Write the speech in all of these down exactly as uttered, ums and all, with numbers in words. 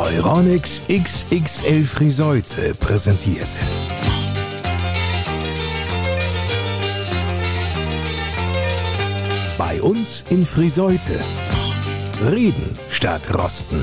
Euronics X X L Friseute präsentiert. Bei uns in Friseute. Reden statt Rosten.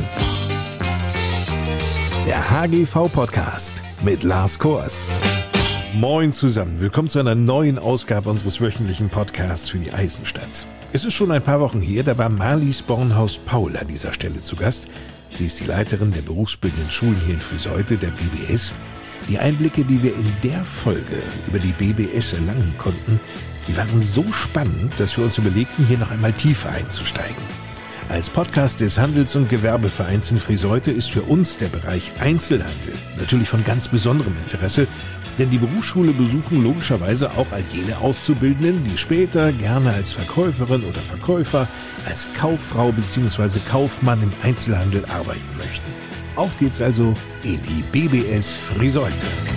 Der H G V-Podcast mit Lars Kors. Moin zusammen, willkommen zu einer neuen Ausgabe unseres wöchentlichen Podcasts für die Eisenstadt. Es ist schon ein paar Wochen her, da war Marlies Bornhaus-Paul an dieser Stelle zu Gast. Sie ist die Leiterin der berufsbildenden Schulen hier in Friseute, der B B S. Die Einblicke, die wir in der Folge über die B B S erlangen konnten, die waren so spannend, dass wir uns überlegten, hier noch einmal tiefer einzusteigen. Als Podcast des Handels- und Gewerbevereins in Friseute ist für uns der Bereich Einzelhandel natürlich von ganz besonderem Interesse, denn die Berufsschule besuchen logischerweise auch all jene Auszubildenden, die später gerne als Verkäuferin oder Verkäufer, als Kauffrau bzw. Kaufmann im Einzelhandel arbeiten möchten. Auf geht's also in die B B S Friseute.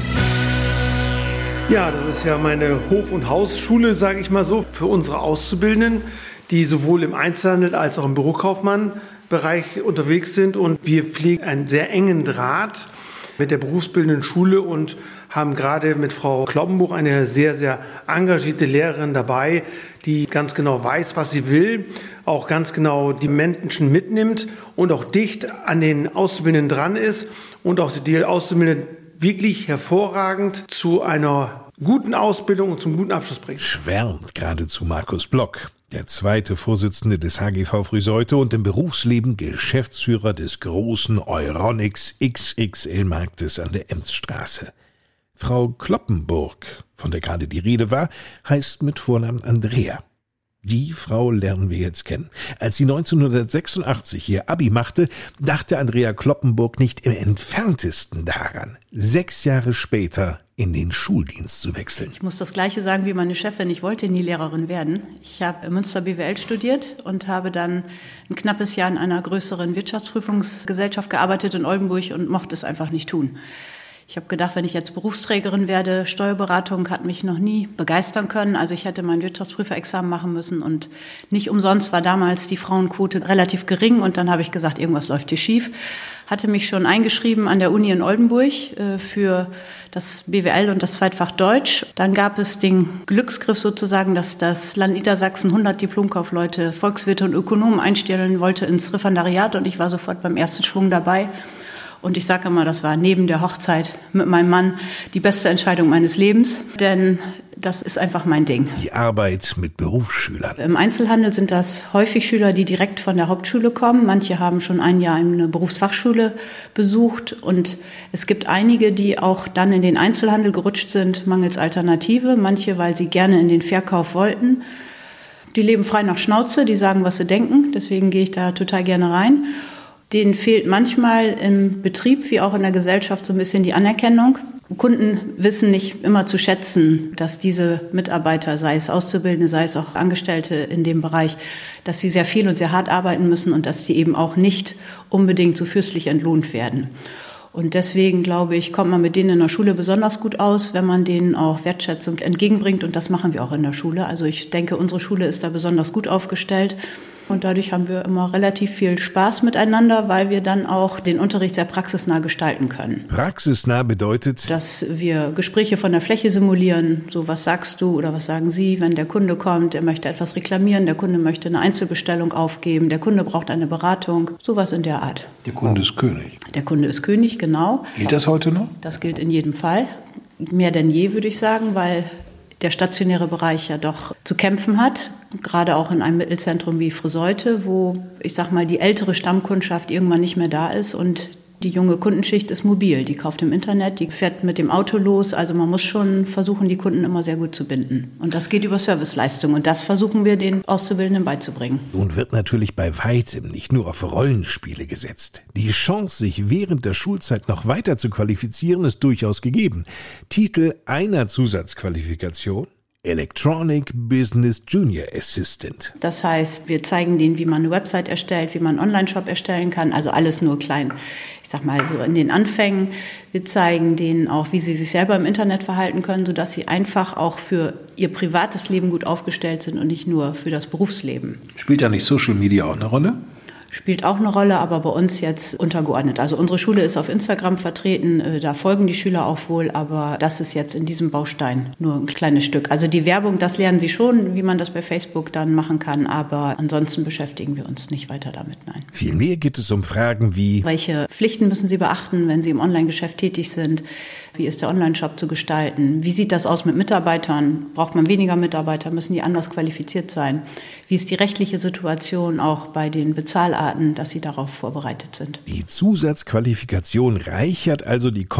Ja, das ist ja meine Hof- und Hausschule, sage ich mal so, für unsere Auszubildenden, die sowohl im Einzelhandel als auch im Bürokaufmann-Bereich unterwegs sind. Und wir pflegen einen sehr engen Draht mit der berufsbildenden Schule und haben gerade mit Frau Kloppenburg eine sehr, sehr engagierte Lehrerin dabei, die ganz genau weiß, was sie will, auch ganz genau die Menschen mitnimmt und auch dicht an den Auszubildenden dran ist und auch die Auszubildenden wirklich hervorragend zu einer guten Ausbildung und zum guten Abschluss bringt. Schwärmt geradezu Markus Block, der zweite Vorsitzende des H G V Friseute und im Berufsleben Geschäftsführer des großen Euronics X X L Marktes an der Emsstraße. Frau Kloppenburg, von der gerade die Rede war, heißt mit Vornamen Andrea. Die Frau lernen wir jetzt kennen. Als sie neunzehnhundertsechsundachtzig ihr Abi machte, dachte Andrea Kloppenburg nicht im entferntesten daran, sechs Jahre später in den Schuldienst zu wechseln. Ich muss das Gleiche sagen wie meine Chefin. Ich wollte nie Lehrerin werden. Ich habe in Münster B W L studiert und habe dann ein knappes Jahr in einer größeren Wirtschaftsprüfungsgesellschaft gearbeitet in Oldenburg und mochte es einfach nicht tun. Ich habe gedacht, wenn ich jetzt Berufsträgerin werde, Steuerberatung hat mich noch nie begeistern können. Also ich hätte mein Wirtschaftsprüferexamen machen müssen und nicht umsonst war damals die Frauenquote relativ gering. Und dann habe ich gesagt, irgendwas läuft hier schief. Hatte mich schon eingeschrieben an der Uni in Oldenburg äh, für das B W L und das Zweitfach Deutsch. Dann gab es den Glücksgriff sozusagen, dass das Land Niedersachsen hundert Diplomkaufleute, Volkswirte und Ökonomen einstellen wollte ins Referendariat. Und ich war sofort beim ersten Schwung dabei. Und ich sage immer, das war neben der Hochzeit mit meinem Mann die beste Entscheidung meines Lebens, denn das ist einfach mein Ding. Die Arbeit mit Berufsschülern. Im Einzelhandel sind das häufig Schüler, die direkt von der Hauptschule kommen. Manche haben schon ein Jahr eine Berufsfachschule besucht und es gibt einige, die auch dann in den Einzelhandel gerutscht sind, mangels Alternative. Manche, weil sie gerne in den Verkauf wollten. Die leben frei nach Schnauze, die sagen, was sie denken. Deswegen gehe ich da total gerne rein. Denen fehlt manchmal im Betrieb wie auch in der Gesellschaft so ein bisschen die Anerkennung. Kunden wissen nicht immer zu schätzen, dass diese Mitarbeiter, sei es Auszubildende, sei es auch Angestellte in dem Bereich, dass sie sehr viel und sehr hart arbeiten müssen und dass sie eben auch nicht unbedingt so fürstlich entlohnt werden. Und deswegen, glaube ich, kommt man mit denen in der Schule besonders gut aus, wenn man denen auch Wertschätzung entgegenbringt. Und das machen wir auch in der Schule. Also ich denke, unsere Schule ist da besonders gut aufgestellt. Und dadurch haben wir immer relativ viel Spaß miteinander, weil wir dann auch den Unterricht sehr praxisnah gestalten können. Praxisnah bedeutet, dass wir Gespräche von der Fläche simulieren. So, was sagst du oder was sagen Sie, wenn der Kunde kommt, er möchte etwas reklamieren, der Kunde möchte eine Einzelbestellung aufgeben, der Kunde braucht eine Beratung, sowas in der Art. Der Kunde ist König. Der Kunde ist König, genau. Gilt das heute noch? Das gilt in jedem Fall. Mehr denn je, würde ich sagen, weil der stationäre Bereich ja doch zu kämpfen hat, gerade auch in einem Mittelzentrum wie Friseute, wo, ich sag mal, die ältere Stammkundschaft irgendwann nicht mehr da ist und die junge Kundenschicht ist mobil. Die kauft im Internet, die fährt mit dem Auto los. Also man muss schon versuchen, die Kunden immer sehr gut zu binden. Und das geht über Serviceleistung. Und das versuchen wir den Auszubildenden beizubringen. Nun wird natürlich bei weitem nicht nur auf Rollenspiele gesetzt. Die Chance, sich während der Schulzeit noch weiter zu qualifizieren, ist durchaus gegeben. Titel einer Zusatzqualifikation: Electronic Business Junior Assistant. Das heißt, wir zeigen denen, wie man eine Website erstellt, wie man einen Online-Shop erstellen kann. Also alles nur klein, ich sag mal so in den Anfängen. Wir zeigen denen auch, wie sie sich selber im Internet verhalten können, sodass sie einfach auch für ihr privates Leben gut aufgestellt sind und nicht nur für das Berufsleben. Spielt da nicht Social Media auch eine Rolle? spielt auch eine Rolle, aber bei uns jetzt untergeordnet. Also unsere Schule ist auf Instagram vertreten, da folgen die Schüler auch wohl, aber das ist jetzt in diesem Baustein nur ein kleines Stück. Also die Werbung, das lernen sie schon, wie man das bei Facebook dann machen kann, aber ansonsten beschäftigen wir uns nicht weiter damit, nein. Vielmehr geht es um Fragen wie: Welche Pflichten müssen Sie beachten, wenn Sie im Online-Geschäft tätig sind? Wie ist der Online-Shop zu gestalten? Wie sieht das aus mit Mitarbeitern? Braucht man weniger Mitarbeiter? Müssen die anders qualifiziert sein? Wie ist die rechtliche Situation auch bei den Bezahlarten, dass Sie darauf vorbereitet sind? Die Zusatzqualifikation reichert also die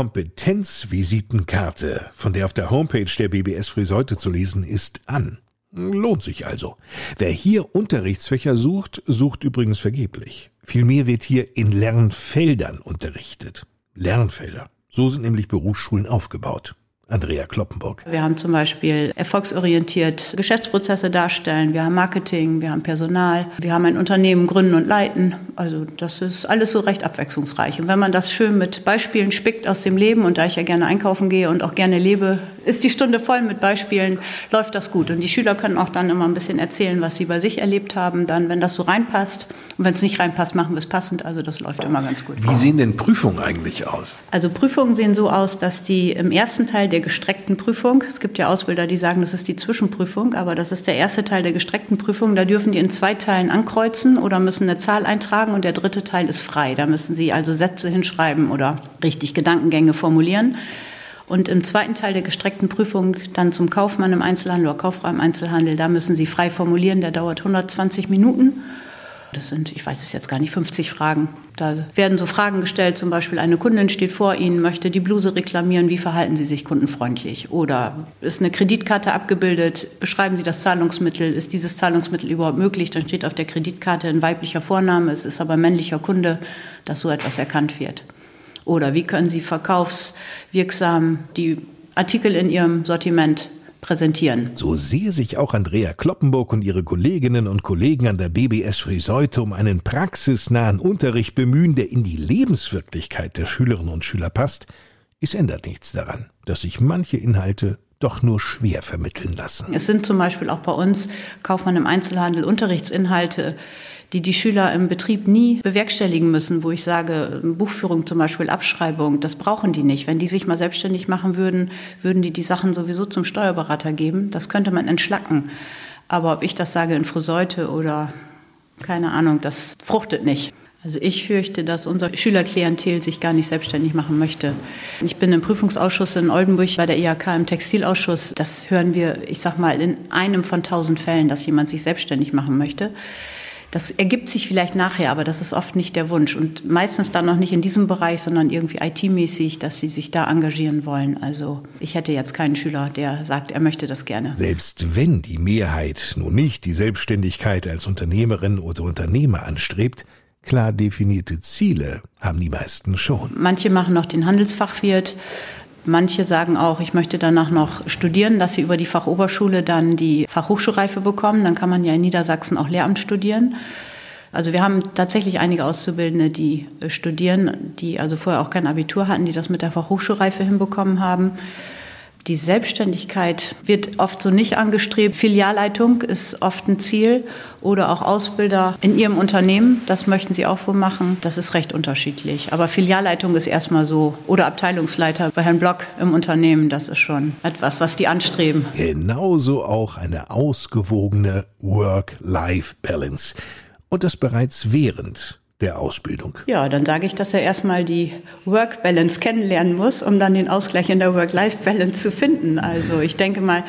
Kompetenzvisitenkarte, von der auf der Homepage der B B S Friseute zu lesen ist, an. Lohnt sich also. Wer hier Unterrichtsfächer sucht, sucht übrigens vergeblich. Vielmehr wird hier in Lernfeldern unterrichtet. Lernfelder. So sind nämlich Berufsschulen aufgebaut. Andrea Kloppenburg. Wir haben zum Beispiel erfolgsorientiert Geschäftsprozesse darstellen, wir haben Marketing, wir haben Personal, wir haben ein Unternehmen gründen und leiten. Also das ist alles so recht abwechslungsreich. Und wenn man das schön mit Beispielen spickt aus dem Leben, und da ich ja gerne einkaufen gehe und auch gerne lebe, ist die Stunde voll mit Beispielen, läuft das gut. Und die Schüler können auch dann immer ein bisschen erzählen, was sie bei sich erlebt haben, dann, wenn das so reinpasst. Und wenn es nicht reinpasst, machen wir es passend. Also das läuft immer ganz gut. Wie sehen denn Prüfungen eigentlich aus? Also Prüfungen sehen so aus, dass die im ersten Teil der gestreckten Prüfung, es gibt ja Ausbilder, die sagen, das ist die Zwischenprüfung, aber das ist der erste Teil der gestreckten Prüfung, da dürfen die in zwei Teilen ankreuzen oder müssen eine Zahl eintragen, und der dritte Teil ist frei. Da müssen sie also Sätze hinschreiben oder richtig Gedankengänge formulieren. Und im zweiten Teil der gestreckten Prüfung dann zum Kaufmann im Einzelhandel oder Kauffrau im Einzelhandel, da müssen sie frei formulieren, der dauert hundertzwanzig Minuten. Das sind, ich weiß es jetzt gar nicht, fünfzig Fragen. Da werden so Fragen gestellt, zum Beispiel eine Kundin steht vor Ihnen, möchte die Bluse reklamieren, wie verhalten Sie sich kundenfreundlich? Oder ist eine Kreditkarte abgebildet, beschreiben Sie das Zahlungsmittel, ist dieses Zahlungsmittel überhaupt möglich? Dann steht auf der Kreditkarte ein weiblicher Vorname, es ist aber männlicher Kunde, dass so etwas erkannt wird. Oder wie können Sie verkaufswirksam die Artikel in Ihrem Sortiment präsentieren. So sehr sich auch Andrea Kloppenburg und ihre Kolleginnen und Kollegen an der B B S Friseute um einen praxisnahen Unterricht bemühen, der in die Lebenswirklichkeit der Schülerinnen und Schüler passt, es ändert nichts daran, dass sich manche Inhalte doch nur schwer vermitteln lassen. Es sind zum Beispiel auch bei uns Kaufmann im Einzelhandel Unterrichtsinhalte, die die Schüler im Betrieb nie bewerkstelligen müssen, wo ich sage, Buchführung zum Beispiel, Abschreibung, das brauchen die nicht. Wenn die sich mal selbstständig machen würden, würden die die Sachen sowieso zum Steuerberater geben. Das könnte man entschlacken. Aber ob ich das sage in Friseute oder keine Ahnung, das fruchtet nicht. Also ich fürchte, dass unser Schülerklientel sich gar nicht selbstständig machen möchte. Ich bin im Prüfungsausschuss in Oldenburg bei der I H K im Textilausschuss. Das hören wir, ich sag mal, in einem von tausend Fällen, dass jemand sich selbstständig machen möchte. Das ergibt sich vielleicht nachher, aber das ist oft nicht der Wunsch. Und meistens dann noch nicht in diesem Bereich, sondern irgendwie I T-mäßig, dass sie sich da engagieren wollen. Also ich hätte jetzt keinen Schüler, der sagt, er möchte das gerne. Selbst wenn die Mehrheit nun nicht die Selbstständigkeit als Unternehmerin oder Unternehmer anstrebt, klar definierte Ziele haben die meisten schon. Manche machen noch den Handelsfachwirt. Manche sagen auch, ich möchte danach noch studieren, dass sie über die Fachoberschule dann die Fachhochschulreife bekommen. Dann kann man ja in Niedersachsen auch Lehramt studieren. Also wir haben tatsächlich einige Auszubildende, die studieren, die also vorher auch kein Abitur hatten, die das mit der Fachhochschulreife hinbekommen haben. Die Selbstständigkeit wird oft so nicht angestrebt. Filialleitung ist oft ein Ziel oder auch Ausbilder in ihrem Unternehmen. Das möchten sie auch wohl machen. Das ist recht unterschiedlich. Aber Filialleitung ist erstmal so. Oder Abteilungsleiter bei Herrn Block im Unternehmen. Das ist schon etwas, was die anstreben. Genauso auch eine ausgewogene Work-Life-Balance. Und das bereits während der Ausbildung. Ja, dann sage ich, dass er erstmal die Work-Balance kennenlernen muss, um dann den Ausgleich in der Work-Life-Balance zu finden. Also ich denke mal,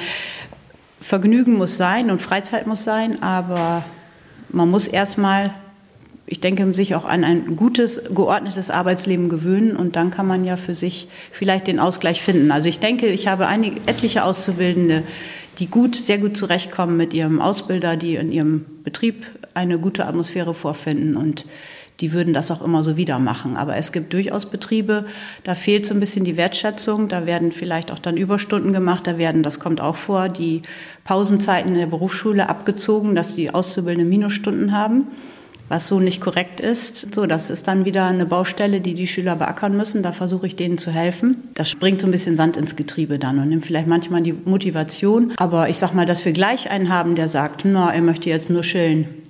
Vergnügen muss sein und Freizeit muss sein, aber man muss erstmal, ich denke, sich auch an ein gutes, geordnetes Arbeitsleben gewöhnen, und dann kann man ja für sich vielleicht den Ausgleich finden. Also ich denke, ich habe einige, etliche Auszubildende, die gut, sehr gut zurechtkommen mit ihrem Ausbilder, die in ihrem Betrieb eine gute Atmosphäre vorfinden, und die würden das auch immer so wieder machen. Aber es gibt durchaus Betriebe, da fehlt so ein bisschen die Wertschätzung. Da werden vielleicht auch dann Überstunden gemacht. Da werden, das kommt auch vor, die Pausenzeiten in der Berufsschule abgezogen, dass die Auszubildenden Minusstunden haben, was so nicht korrekt ist. So, das ist dann wieder eine Baustelle, die die Schüler beackern müssen. Da versuche ich denen zu helfen. Das bringt so ein bisschen Sand ins Getriebe dann und nimmt vielleicht manchmal die Motivation. Aber ich sag mal, dass wir gleich einen haben, der sagt, na, er möchte jetzt nur chillen.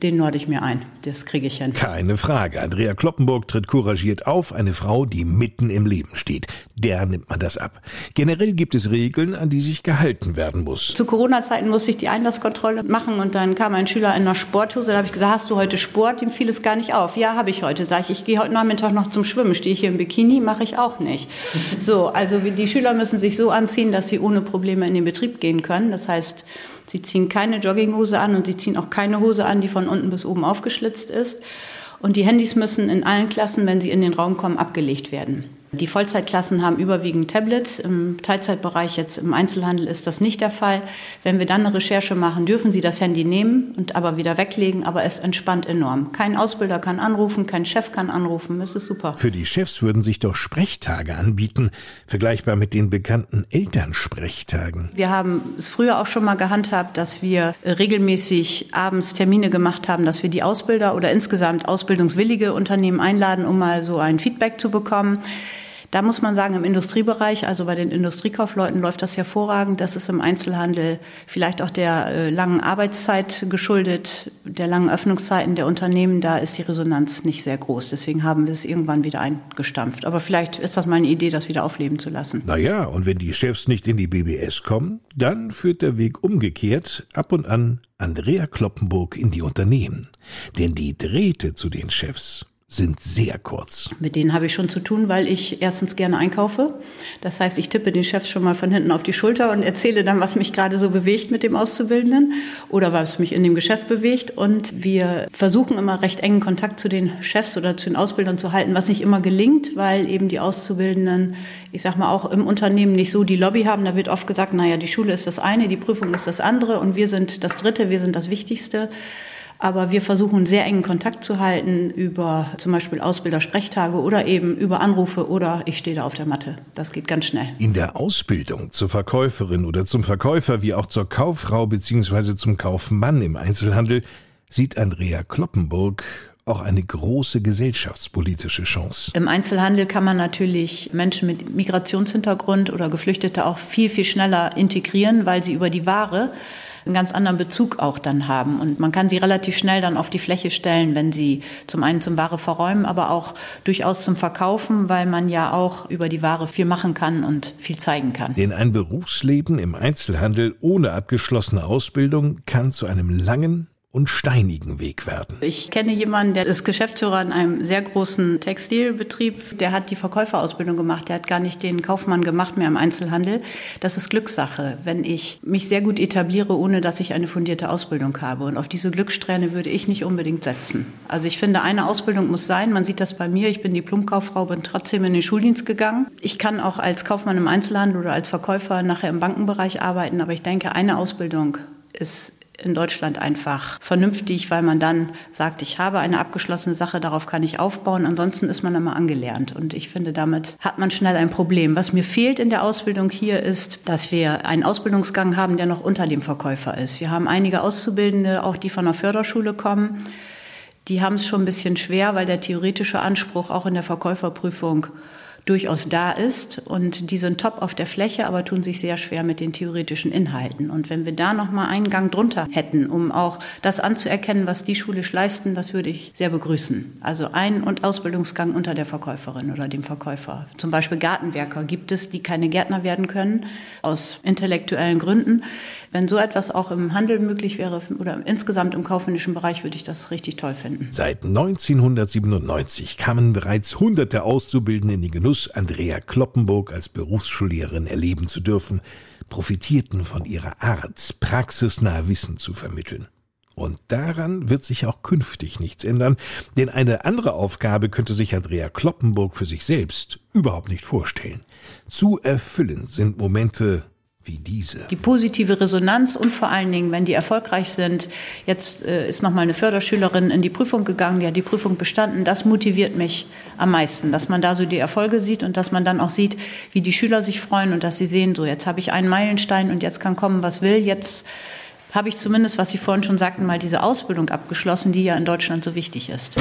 den norde ich mir ein. Das kriege ich hin. Keine Frage. Andrea Kloppenburg tritt couragiert auf, eine Frau, die mitten im Leben steht. Der nimmt man das ab. Generell gibt es Regeln, an die sich gehalten werden muss. Zu Corona-Zeiten musste ich die Einlasskontrolle machen und dann kam ein Schüler in einer Sporthose. Da habe ich gesagt, hast du heute Sport? Ihm fiel es gar nicht auf. Ja, habe ich heute. Sag ich, ich gehe heute Nachmittag noch zum Schwimmen. Stehe ich hier im Bikini? Mache ich auch nicht. So, also die Schüler müssen sich so anziehen, dass sie ohne Probleme in den Betrieb gehen können. Das heißt, sie ziehen keine Jogginghose an und sie ziehen auch keine Hose an, die von unten bis oben aufgeschlitzt ist. Und die Handys müssen in allen Klassen, wenn sie in den Raum kommen, abgelegt werden. Die Vollzeitklassen haben überwiegend Tablets. Im Teilzeitbereich, jetzt im Einzelhandel, ist das nicht der Fall. Wenn wir dann eine Recherche machen, dürfen sie das Handy nehmen und aber wieder weglegen. Aber es entspannt enorm. Kein Ausbilder kann anrufen, kein Chef kann anrufen. Das ist super. Für die Chefs würden sich doch Sprechtage anbieten, vergleichbar mit den bekannten Elternsprechtagen. Wir haben es früher auch schon mal gehandhabt, dass wir regelmäßig abends Termine gemacht haben, dass wir die Ausbilder oder insgesamt ausbildungswillige Unternehmen einladen, um mal so ein Feedback zu bekommen. Da muss man sagen, im Industriebereich, also bei den Industriekaufleuten, läuft das hervorragend. Das ist im Einzelhandel vielleicht auch der äh, langen Arbeitszeit geschuldet, der langen Öffnungszeiten der Unternehmen. Da ist die Resonanz nicht sehr groß. Deswegen haben wir es irgendwann wieder eingestampft. Aber vielleicht ist das mal eine Idee, das wieder aufleben zu lassen. Naja, und wenn die Chefs nicht in die B B S kommen, dann führt der Weg umgekehrt ab und an Andrea Kloppenburg in die Unternehmen. Denn die Drähte zu den Chefs sind sehr kurz. Mit denen habe ich schon zu tun, weil ich erstens gerne einkaufe. Das heißt, ich tippe den Chef schon mal von hinten auf die Schulter und erzähle dann, was mich gerade so bewegt mit dem Auszubildenden oder was mich in dem Geschäft bewegt. Und wir versuchen immer recht engen Kontakt zu den Chefs oder zu den Ausbildern zu halten, was nicht immer gelingt, weil eben die Auszubildenden, ich sag mal, auch im Unternehmen nicht so die Lobby haben. Da wird oft gesagt, naja, die Schule ist das eine, die Prüfung ist das andere und wir sind das Dritte, wir sind das Wichtigste. Aber wir versuchen, sehr engen Kontakt zu halten über zum Beispiel Ausbildersprechtage oder eben über Anrufe oder ich stehe da auf der Matte. Das geht ganz schnell. In der Ausbildung zur Verkäuferin oder zum Verkäufer wie auch zur Kauffrau bzw. zum Kaufmann im Einzelhandel sieht Andrea Kloppenburg auch eine große gesellschaftspolitische Chance. Im Einzelhandel kann man natürlich Menschen mit Migrationshintergrund oder Geflüchtete auch viel, viel schneller integrieren, weil sie über die Ware einen ganz anderen Bezug auch dann haben. Und man kann sie relativ schnell dann auf die Fläche stellen, wenn sie zum einen zum Ware verräumen, aber auch durchaus zum Verkaufen, weil man ja auch über die Ware viel machen kann und viel zeigen kann. Denn ein Berufsleben im Einzelhandel ohne abgeschlossene Ausbildung kann zu einem langen und steinigen Weg werden. Ich kenne jemanden, der ist Geschäftsführer in einem sehr großen Textilbetrieb. Der hat die Verkäuferausbildung gemacht. Der hat gar nicht den Kaufmann gemacht mehr im Einzelhandel. Das ist Glückssache, wenn ich mich sehr gut etabliere, ohne dass ich eine fundierte Ausbildung habe. Und auf diese Glückssträhne würde ich nicht unbedingt setzen. Also ich finde, eine Ausbildung muss sein. Man sieht das bei mir. Ich bin Diplomkauffrau, bin trotzdem in den Schuldienst gegangen. Ich kann auch als Kaufmann im Einzelhandel oder als Verkäufer nachher im Bankenbereich arbeiten. Aber ich denke, eine Ausbildung ist in Deutschland einfach vernünftig, weil man dann sagt, ich habe eine abgeschlossene Sache, darauf kann ich aufbauen. Ansonsten ist man immer angelernt. Und ich finde, damit hat man schnell ein Problem. Was mir fehlt in der Ausbildung hier ist, dass wir einen Ausbildungsgang haben, der noch unter dem Verkäufer ist. Wir haben einige Auszubildende, auch die von der Förderschule kommen. Die haben es schon ein bisschen schwer, weil der theoretische Anspruch auch in der Verkäuferprüfung durchaus da ist und die sind top auf der Fläche, aber tun sich sehr schwer mit den theoretischen Inhalten. Und wenn wir da noch mal einen Gang drunter hätten, um auch das anzuerkennen, was die schulisch leisten, das würde ich sehr begrüßen. Also ein- und Ausbildungsgang unter der Verkäuferin oder dem Verkäufer. Zum Beispiel Gartenwerker gibt es, die keine Gärtner werden können, aus intellektuellen Gründen. Wenn so etwas auch im Handel möglich wäre oder insgesamt im kaufmännischen Bereich, würde ich das richtig toll finden. Seit neunzehnhundertsiebenundneunzig kamen bereits hunderte Auszubildende in den Genuss, Andrea Kloppenburg als Berufsschullehrerin erleben zu dürfen, profitierten von ihrer Art, praxisnahe Wissen zu vermitteln. Und daran wird sich auch künftig nichts ändern, denn eine andere Aufgabe könnte sich Andrea Kloppenburg für sich selbst überhaupt nicht vorstellen. Zu erfüllend sind Momente wie diese. Die positive Resonanz und vor allen Dingen, wenn die erfolgreich sind, jetzt äh, ist noch mal eine Förderschülerin in die Prüfung gegangen, die hat die Prüfung bestanden, das motiviert mich am meisten, dass man da so die Erfolge sieht und dass man dann auch sieht, wie die Schüler sich freuen und dass sie sehen, so jetzt habe ich einen Meilenstein und jetzt kann kommen, was will, jetzt habe ich zumindest, was Sie vorhin schon sagten, mal diese Ausbildung abgeschlossen, die ja in Deutschland so wichtig ist.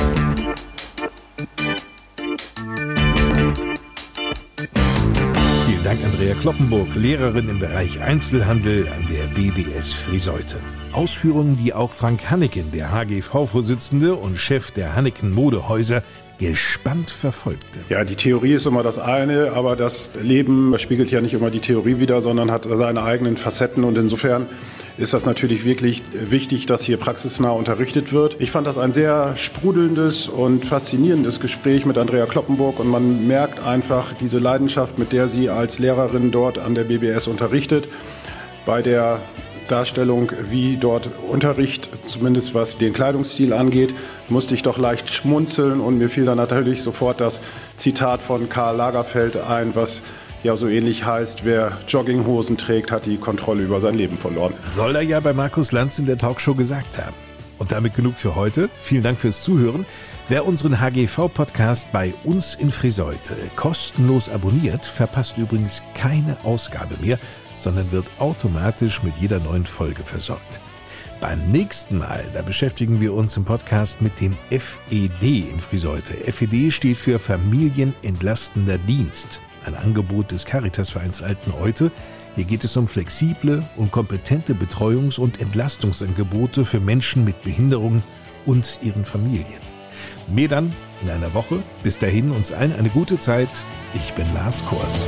Vielen Dank, Andrea Kloppenburg, Lehrerin im Bereich Einzelhandel an der B B S Friseute. Ausführungen, die auch Frank Hanneken, der H G V-Vorsitzende und Chef der Hanneken Modehäuser, gespannt verfolgte. Ja, die Theorie ist immer das eine, aber das Leben spiegelt ja nicht immer die Theorie wider, sondern hat seine eigenen Facetten und insofern ist das natürlich wirklich wichtig, dass hier praxisnah unterrichtet wird. Ich fand das ein sehr sprudelndes und faszinierendes Gespräch mit Andrea Kloppenburg und man merkt einfach diese Leidenschaft, mit der sie als Lehrerin dort an der B B S unterrichtet. Bei der Darstellung, wie dort Unterricht, zumindest was den Kleidungsstil angeht, musste ich doch leicht schmunzeln und mir fiel dann natürlich sofort das Zitat von Karl Lagerfeld ein, was ja so ähnlich heißt, wer Jogginghosen trägt, hat die Kontrolle über sein Leben verloren. Soll er ja bei Markus Lanz in der Talkshow gesagt haben. Und damit genug für heute. Vielen Dank fürs Zuhören. Wer unseren H G V-Podcast bei uns in Friseute kostenlos abonniert, verpasst übrigens keine Ausgabe mehr, sondern wird automatisch mit jeder neuen Folge versorgt. Beim nächsten Mal, da beschäftigen wir uns im Podcast mit dem F E D in Friseute. F E D steht für Familienentlastender Dienst, ein Angebot des Caritasvereins Alteneute. Hier geht es um flexible und kompetente Betreuungs- und Entlastungsangebote für Menschen mit Behinderung und ihren Familien. Mehr dann in einer Woche. Bis dahin uns allen eine gute Zeit. Ich bin Lars Kors.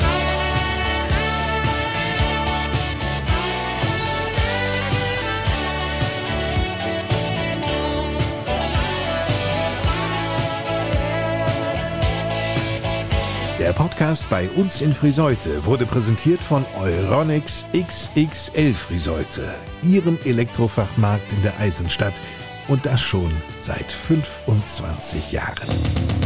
Der Podcast bei uns in Friseute wurde präsentiert von Euronics X X L Friseute, Ihrem Elektrofachmarkt in der Eisenstadt und das schon seit fünfundzwanzig Jahren.